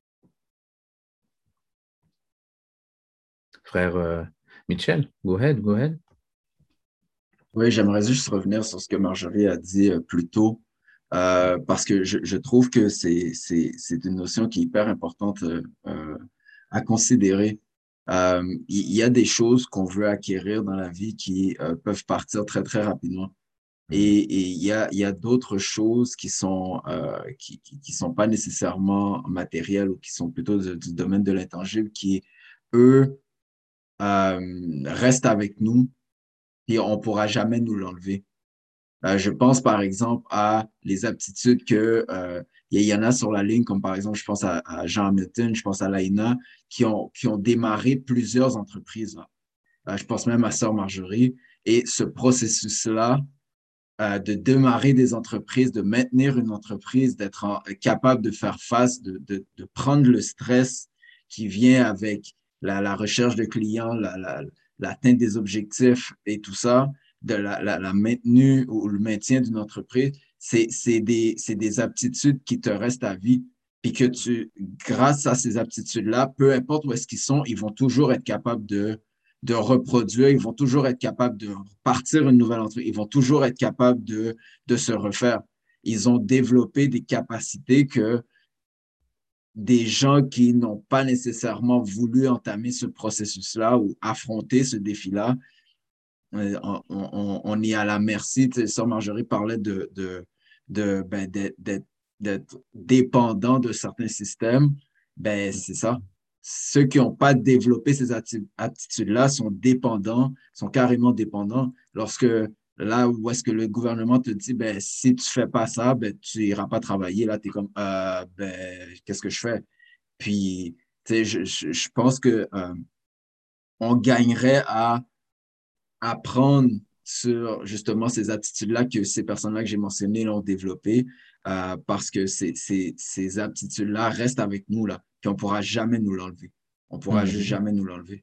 Frère euh, Michel, go ahead, go ahead. Oui, j'aimerais juste revenir sur ce que Marjorie a dit euh, plus tôt, euh, parce que je, je trouve que c'est, c'est, c'est une notion qui est hyper importante euh, euh, à considérer. Euh, il y, y a des choses qu'on veut acquérir dans la vie qui euh, peuvent partir très, très rapidement. Et, et il y a, il y a d'autres choses qui sont, euh, qui, qui, qui sont pas nécessairement matérielles ou qui sont plutôt de- du domaine de l'intangible qui, eux, euh, restent avec nous et on pourra jamais nous l'enlever. Euh, je pense par exemple à les aptitudes que euh, il y, y en a sur la ligne, comme par exemple, je pense à, à Jean Hamilton, je pense à Laïna, qui ont, qui ont démarré plusieurs entreprises. Là. Euh, je pense même à Sœur Marjorie. Et ce processus-là, euh, de démarrer des entreprises, de maintenir une entreprise, d'être en- capable de faire face, de, de, de prendre le stress qui vient avec la, la recherche de clients, la, la, l'atteinte des objectifs et tout ça, de la, la, la maintenue ou le maintien d'une entreprise, c'est, c'est des, c'est des aptitudes qui te restent à vie. Puis que tu, grâce à ces aptitudes-là, peu importe où est-ce qu'ils sont, ils vont toujours être capables de, de reproduire, ils vont toujours être capables de partir une nouvelle entreprise, ils vont toujours être capables de, de se refaire. Ils ont développé des capacités que des gens qui n'ont pas nécessairement voulu entamer ce processus-là ou affronter ce défi-là, on, on, on est à la merci. Tu sais, Sœur Marjorie parlait de, de, de, ben, d'être, d'être, d'être dépendant de certains systèmes, ben, c'est ça. Ceux qui n'ont pas développé ces atti- aptitudes-là sont dépendants, sont carrément dépendants. Lorsque là où est-ce que le gouvernement te dit, ben, si tu fais pas ça, ben, tu iras pas travailler, là, tu es comme, euh, ben, qu'est-ce que je fais? Puis, tu sais, je, je, je pense que euh, on gagnerait à apprendre sur justement ces aptitudes-là que ces personnes-là que j'ai mentionnées l'ont développées euh, parce que ces, ces, ces aptitudes-là restent avec nous, là, puis on ne pourra jamais nous l'enlever. On ne pourra juste Mhm. jamais nous l'enlever.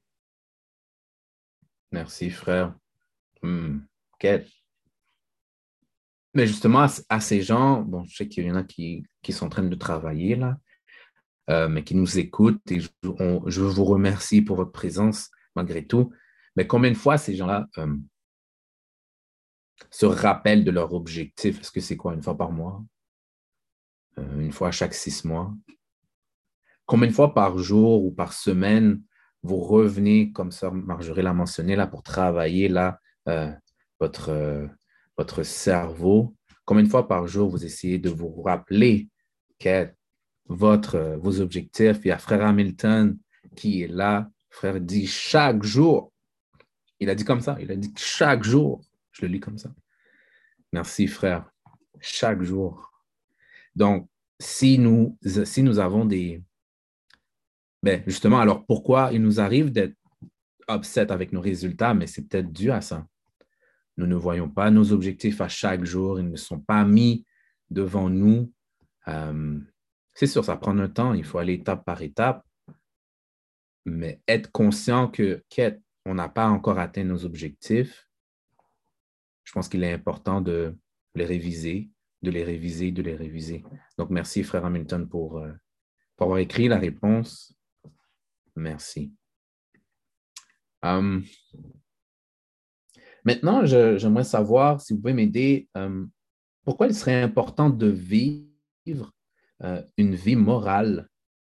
Merci, frère. Hmm. Ok. Mais justement, à, à ces gens, bon, je sais qu'il y en a qui, qui sont en train de travailler là, euh, mais qui nous écoutent et je, on- je vous remercie pour votre présence malgré tout. Mais combien de fois ces gens-là euh, se rappellent de leur objectif? Est-ce que c'est quoi, une fois par mois? Euh, une fois chaque six mois? Combien de fois par jour ou par semaine vous revenez, comme ça Marjorie l'a mentionné, là, pour travailler là, euh, votre, euh, votre cerveau? Combien de fois par jour vous essayez de vous rappeler que votre, euh, vos objectifs? Il y a frère Hamilton qui est là. Frère dit chaque jour. Il a dit comme ça. Il a dit chaque jour. Je le lis comme ça. Merci, frère. Chaque jour. Donc, si nous, si nous avons des, ben, justement, alors pourquoi il nous arrive d'être upset avec nos résultats, mais c'est peut-être dû à ça. Nous ne voyons pas nos objectifs à chaque jour, ils ne sont pas mis devant nous. Euh, c'est sûr, ça prend un temps, il faut aller étape par étape, mais être conscient que, qu'on n'a pas encore atteint nos objectifs, je pense qu'il est important de les réviser, de les réviser, de les réviser. Donc, merci, frère Hamilton, pour, euh, pour avoir écrit la réponse. Merci. Um, Maintenant, je- j'aimerais savoir si vous pouvez m'aider, euh, pourquoi il serait important de vivre euh, une vie morale?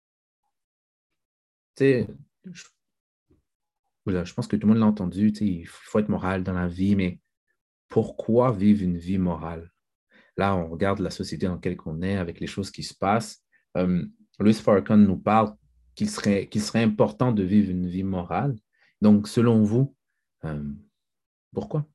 Tu sais, je, voilà, je pense que tout le monde l'a entendu, tu sais, il faut être moral dans la vie, mais pourquoi vivre une vie morale? Là, on regarde la société dans laquelle on est, avec les choses qui se passent. Euh, Louis Farrakhan nous parle qu'il serait, qu'il serait important de vivre une vie morale. Donc, selon vous, euh, pourquoi?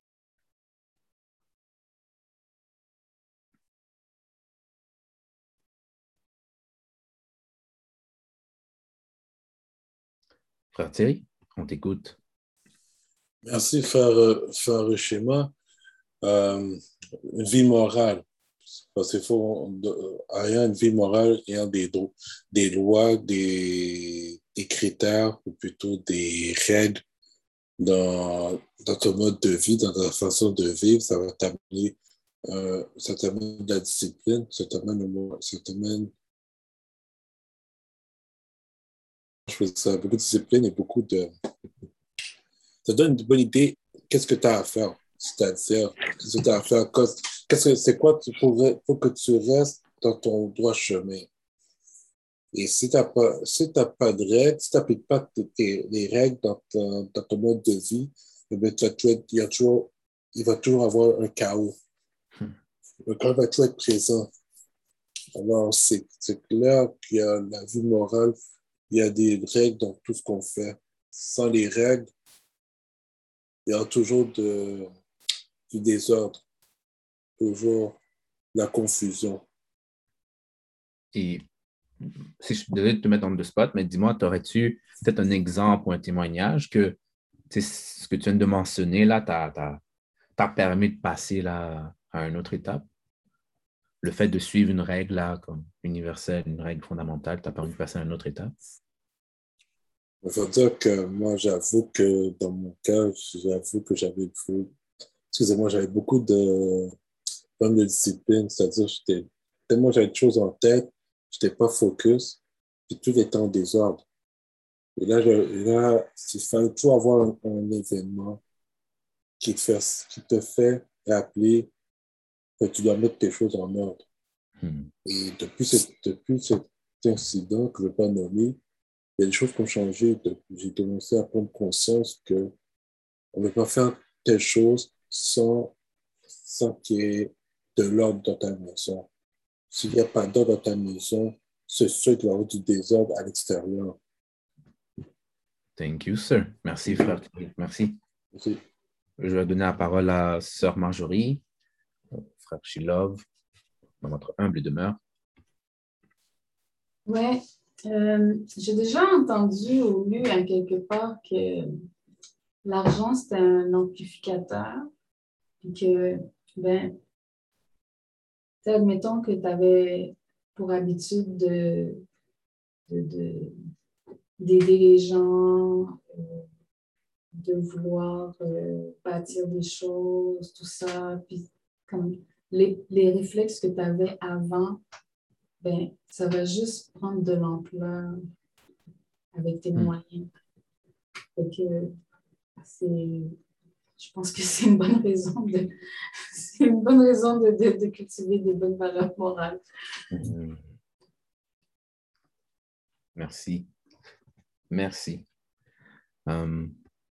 Frère Thierry, on t'écoute. Merci, frère, euh, frère Schéma. Euh, une vie morale. Parce qu'il faut, de- ayant une vie morale, ayant des, dro- des lois, des, des critères, ou plutôt des règles dans, dans ton mode de vie, dans ta façon de vivre, ça va t'amener, euh, ça t'amène de la discipline, ça t'amène, au- ça t'amène, je veux dire, ça, beaucoup de discipline et beaucoup de, ça donne une bonne idée, qu'est-ce que tu as à faire, c'est-à-dire, qu'est-ce que tu as à faire, qu'est-ce que, c'est quoi, il faut que tu restes dans ton droit chemin. Et si tu n'as pas, si t'as pas de règles, si tu n'appliques pas tes, tes, les règles dans, ton, dans ton mode de vie, eh bien, tu vas toujours, il, y a toujours, il va toujours avoir un chaos. Le chaos va toujours être présent. Alors, c'est, c'est clair qu'il y a la vie morale, il y a des règles dans tout ce qu'on fait. Sans les règles, il y aura toujours de, du désordre, toujours la confusion. Et si je devais te mettre en deux spots, mais dis-moi, t'aurais-tu peut-être un exemple ou un témoignage que ce que tu viens de mentionner là, t'a permis de passer là, à une autre étape? Le fait de suivre une règle là, comme universelle, une règle fondamentale, t'a permis de passer à une autre étape? Il faut dire que moi, j'avoue que dans mon cas, j'avoue que j'avais excusez-moi, j'avais beaucoup de problèmes de discipline, c'est-à-dire j'étais tellement j'avais de choses en tête, je n'étais pas focus, puis tout était en désordre. Et là, je, et là il fallait toujours avoir un, un événement qui te, fait, qui te fait rappeler que tu dois mettre tes choses en ordre. Hmm. Et depuis, ce, depuis cet incident que je ne vais pas nommer, il y a des choses qui ont changé. J'ai commencé à prendre conscience qu'on ne peut pas faire telle chose sans, sans qu'il y ait de l'ordre dans ta maison. S'il n'y a pas d'ordre dans ta maison, c'est sûr qu'il va y avoir du désordre à l'extérieur. Thank you, sir. Merci, frère. Merci. Merci. Je vais donner la parole à sœur Marjorie, frère Shilov, dans votre humble demeure. Oui, euh, j'ai déjà entendu ou lu en quelque part que l'argent, c'est un amplificateur. Puis que, ben, admettons que tu avais pour habitude de, de, de, d'aider les gens, euh, de vouloir euh, bâtir des choses, tout ça, puis comme les, les réflexes que tu avais avant, ben, ça va juste prendre de l'ampleur avec tes Mm. moyens. Fait que c'est, je pense que c'est une bonne raison de, c'est une bonne raison de, de, de cultiver des bonnes valeurs morales. Mm. Merci. Merci. Um,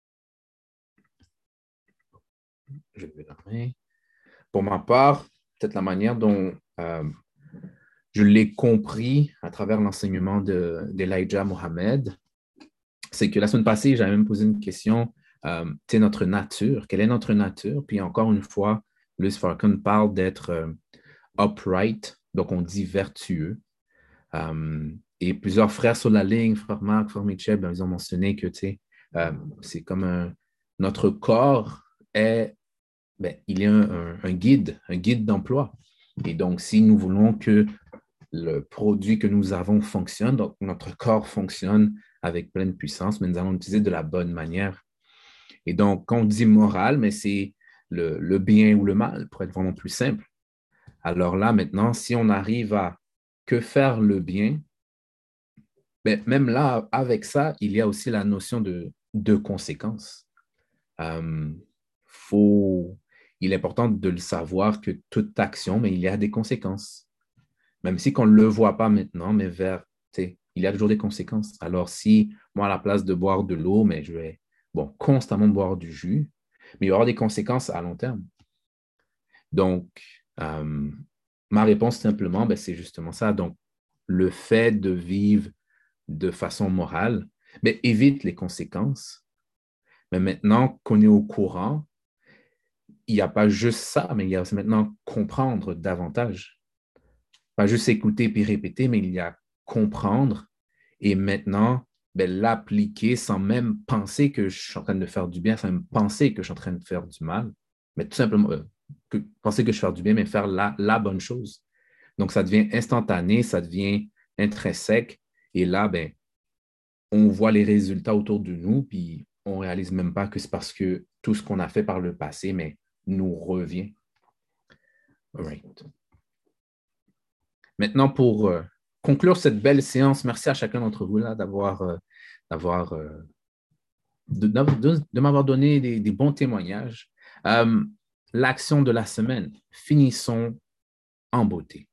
je vais l'armer. Pour ma part, peut-être la manière dont euh, je l'ai compris à travers l'enseignement de, d'Elijah Mohammed, c'est que la semaine passée, j'avais même posé une question, euh, c'est notre nature, quelle est notre nature? Puis encore une fois, Louis Farrakhan parle d'être euh, upright, donc on dit vertueux. Euh, et plusieurs frères sur la ligne, frère Marc, frère Michel, ben, ils ont mentionné que euh, c'est comme un, notre corps est, ben, il est un, un, un guide, un guide d'emploi. Et donc, si nous voulons que le produit que nous avons fonctionne, donc notre corps fonctionne avec pleine puissance, mais nous allons l'utiliser de la bonne manière. Et donc, quand on dit moral, mais c'est le, le bien ou le mal, pour être vraiment plus simple. Alors là, maintenant, si on arrive à que faire le bien, ben, même là, avec ça, il y a aussi la notion de, de conséquences. Euh, faut, il est important de le savoir que toute action, mais il y a des conséquences. Même si on ne le voit pas maintenant, mais vers, il y a toujours des conséquences. Alors si, moi, à la place de boire de l'eau, mais je vais bon, constamment boire du jus, mais il y aura des conséquences à long terme. Donc, euh, ma réponse simplement, ben, c'est justement ça. Donc, le fait de vivre de façon morale, ben, évite les conséquences. Mais maintenant qu'on est au courant, il n'y a pas juste ça, mais il y a aussi maintenant comprendre davantage. Pas juste écouter puis répéter, mais il y a comprendre et maintenant ben, l'appliquer sans même penser que je suis en train de faire du bien, sans même penser que je suis en train de faire du mal, mais tout simplement euh, que, penser que je fais du bien, mais faire la, la bonne chose. Donc, ça devient instantané, ça devient intrinsèque et là, ben, on voit les résultats autour de nous, puis on ne réalise même pas que c'est parce que tout ce qu'on a fait par le passé, mais nous revient. All right. Maintenant, pour euh, conclure cette belle séance, merci à chacun d'entre vous là, d'avoir, euh, d'avoir, euh, de, de, de m'avoir donné des, des bons témoignages. Euh, l'action de la semaine, finissons en beauté.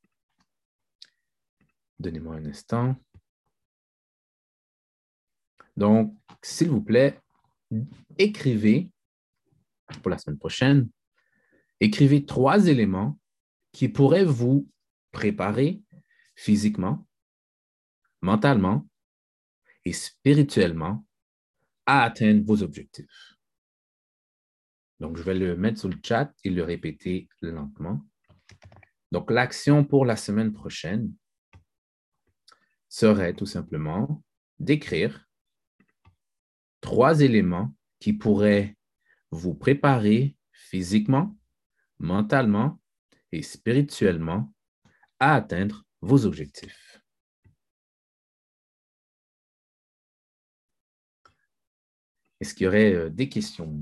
Donnez-moi un instant. Donc, s'il vous plaît, écrivez pour la semaine prochaine, écrivez trois éléments qui pourraient vous préparer physiquement, mentalement et spirituellement à atteindre vos objectifs. Donc, je vais le mettre sur le chat et le répéter lentement. Donc, l'action pour la semaine prochaine serait tout simplement d'écrire trois éléments qui pourraient vous préparer physiquement, mentalement et spirituellement à atteindre vos objectifs. Est-ce qu'il y aurait euh, des questions?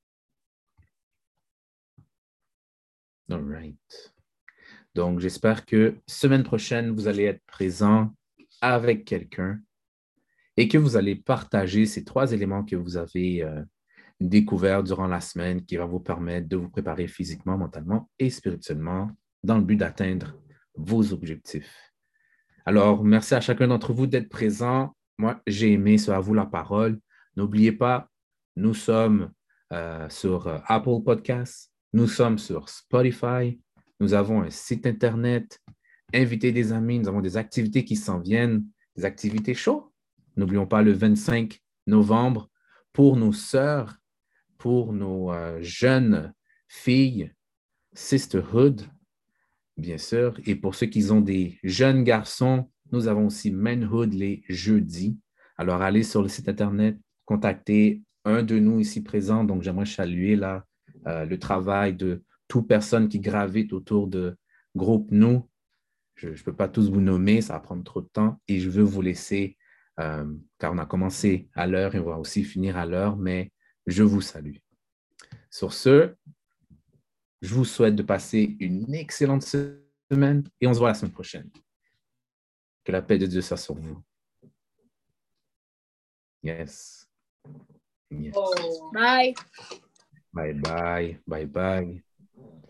All right. Donc, j'espère que semaine prochaine, vous allez être présent avec quelqu'un et que vous allez partager ces trois éléments que vous avez euh, découverts durant la semaine qui va vous permettre de vous préparer physiquement, mentalement et spirituellement dans le but d'atteindre vos objectifs. Alors, merci à chacun d'entre vous d'être présent. Moi, j'ai aimé ce À vous la parole. N'oubliez pas, nous sommes euh, sur euh, Apple Podcasts, nous sommes sur Spotify, Nous avons un site Internet. Invitez des amis. Nous avons des activités qui s'en viennent, des activités chaudes. N'oublions pas le vingt-cinq novembre pour nos sœurs, pour nos euh, jeunes filles, Sisterhood, bien sûr. Et pour ceux qui ont des jeunes garçons, nous avons aussi Manhood les jeudis. Alors, allez sur le site Internet, contactez un de nous ici présents. Donc, j'aimerais saluer là, euh, le travail de toute personne qui gravite autour de groupe Nous. Je ne peux pas tous vous nommer, ça va prendre trop de temps et je veux vous laisser, euh, car on a commencé à l'heure et on va aussi finir à l'heure, mais je vous salue. Sur ce, je vous souhaite de passer une excellente semaine et on se voit la semaine prochaine. Que la paix de Dieu soit sur vous. Yes. Yes. Oh. Bye. Bye bye. Bye bye.